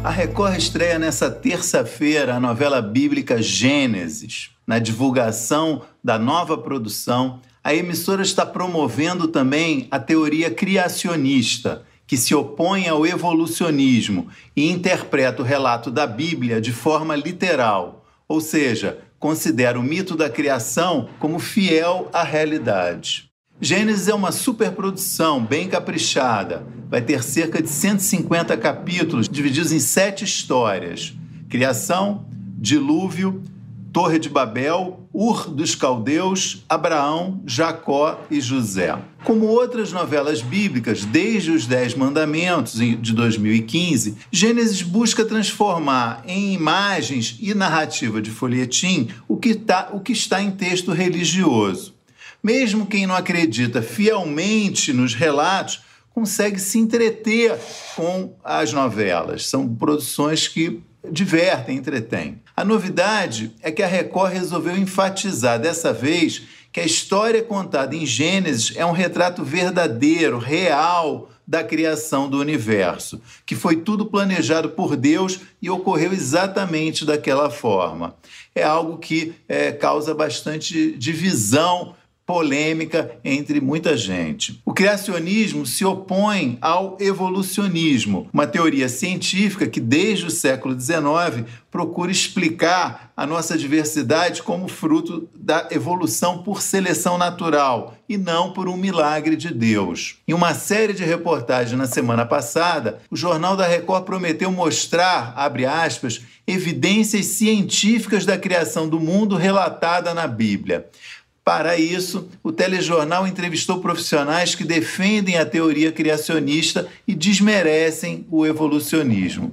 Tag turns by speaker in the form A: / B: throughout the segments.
A: A Record estreia nessa terça-feira a novela bíblica Gênesis. Na divulgação da nova produção, a emissora está promovendo também a teoria criacionista, que se opõe ao evolucionismo e interpreta o relato da Bíblia de forma literal, ou seja, considera o mito da criação como fiel à realidade. Gênesis é uma superprodução bem caprichada. Vai ter cerca de 150 capítulos, divididos em 7 histórias: Criação, Dilúvio, Torre de Babel, Ur dos Caldeus, Abraão, Jacó e José. Como outras novelas bíblicas, desde os 10 Mandamentos, de 2015, Gênesis busca transformar em imagens e narrativa de folhetim o que está em texto religioso. Mesmo quem não acredita fielmente nos relatos consegue se entreter com as novelas. São produções que divertem, entretêm. A novidade é que a Record resolveu enfatizar dessa vez que a história contada em Gênesis é um retrato verdadeiro, real, da criação do universo, que foi tudo planejado por Deus e ocorreu exatamente daquela forma. É algo que causa bastante divisão, polêmica entre muita gente. O criacionismo se opõe ao evolucionismo, uma teoria científica que desde o século XIX procura explicar a nossa diversidade como fruto da evolução por seleção natural e não por um milagre de Deus. Em uma série de reportagens na semana passada, o Jornal da Record prometeu mostrar, abre aspas, evidências científicas da criação do mundo relatada na Bíblia. Para isso, o telejornal entrevistou profissionais que defendem a teoria criacionista e desmerecem o evolucionismo.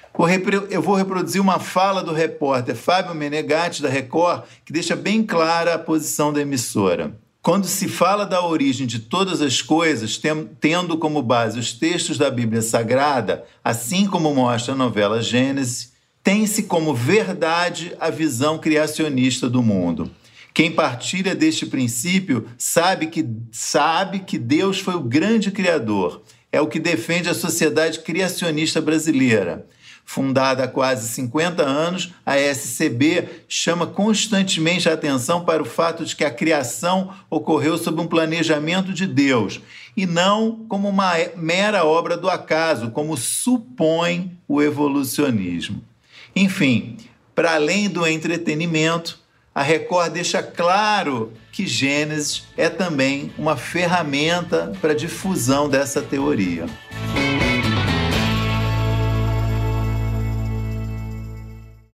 A: Eu vou reproduzir uma fala do repórter Fábio Menegatti, da Record, que deixa bem clara a posição da emissora. Quando se fala da origem de todas as coisas, tendo como base os textos da Bíblia Sagrada, assim como mostra a novela Gênesis, tem-se como verdade a visão criacionista do mundo. Quem partilha deste princípio sabe que Deus foi o grande criador. É o que defende a Sociedade Criacionista Brasileira. Fundada há quase 50 anos, a SCB chama constantemente a atenção para o fato de que a criação ocorreu sob um planejamento de Deus e não como uma mera obra do acaso, como supõe o evolucionismo. Enfim, para além do entretenimento, a Record deixa claro que Gênesis é também uma ferramenta para a difusão dessa teoria.